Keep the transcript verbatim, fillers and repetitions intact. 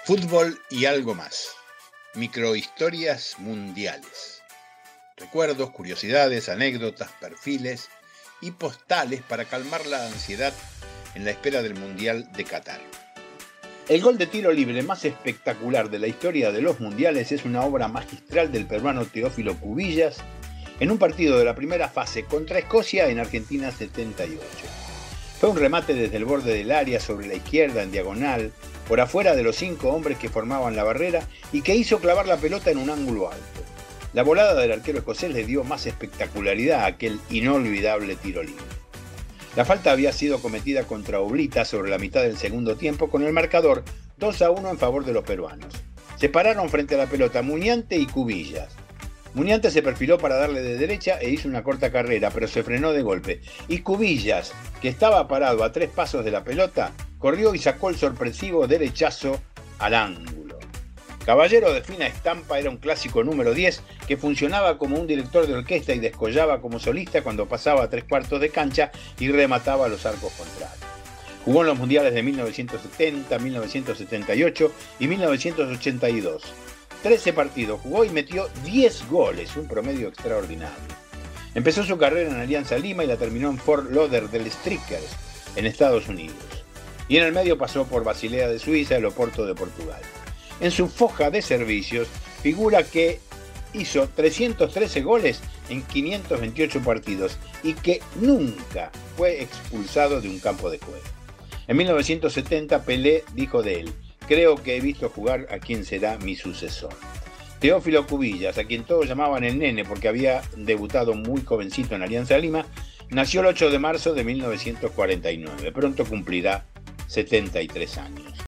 Fútbol y algo más. Microhistorias mundiales. Recuerdos, curiosidades, anécdotas, perfiles y postales para calmar la ansiedad en la espera del Mundial de Qatar. El gol de tiro libre más espectacular de la historia de los mundiales es una obra magistral del peruano Teófilo Cubillas en un partido de la primera fase contra Escocia en Argentina setenta y ocho. Fue un remate desde el borde del área sobre la izquierda en diagonal, por afuera de los cinco hombres que formaban la barrera y que hizo clavar la pelota en un ángulo alto. La volada del arquero escocés le dio más espectacularidad a aquel inolvidable tiro libre. La falta había sido cometida contra Oblita sobre la mitad del segundo tiempo con el marcador dos a uno en favor de los peruanos. Se pararon frente a la pelota Muñante y Cubillas. Muñante se perfiló para darle de derecha e hizo una corta carrera, pero se frenó de golpe. Y Cubillas, que estaba parado a tres pasos de la pelota, corrió y sacó el sorpresivo derechazo al ángulo. Caballero de fina estampa era un clásico número diez que funcionaba como un director de orquesta y descollaba como solista cuando pasaba a tres cuartos de cancha y remataba a los arcos contrarios. Jugó en los mundiales de mil novecientos setenta, mil novecientos setenta y ocho y mil novecientos ochenta y dos. trece partidos jugó y metió diez goles, un promedio extraordinario. Empezó su carrera en Alianza Lima y la terminó en Fort Lauderdale Strikers, en Estados Unidos. Y en el medio pasó por Basilea de Suiza y el Oporto de Portugal. En su foja de servicios figura que hizo trescientos trece goles en quinientos veintiocho partidos y que nunca fue expulsado de un campo de juego. En mil novecientos setenta Pelé dijo de él: "Creo que he visto jugar a quien será mi sucesor". Teófilo Cubillas, a quien todos llamaban el nene porque había debutado muy jovencito en Alianza Lima, nació el ocho de marzo de mil novecientos cuarenta y nueve. Pronto cumplirá setenta y tres años.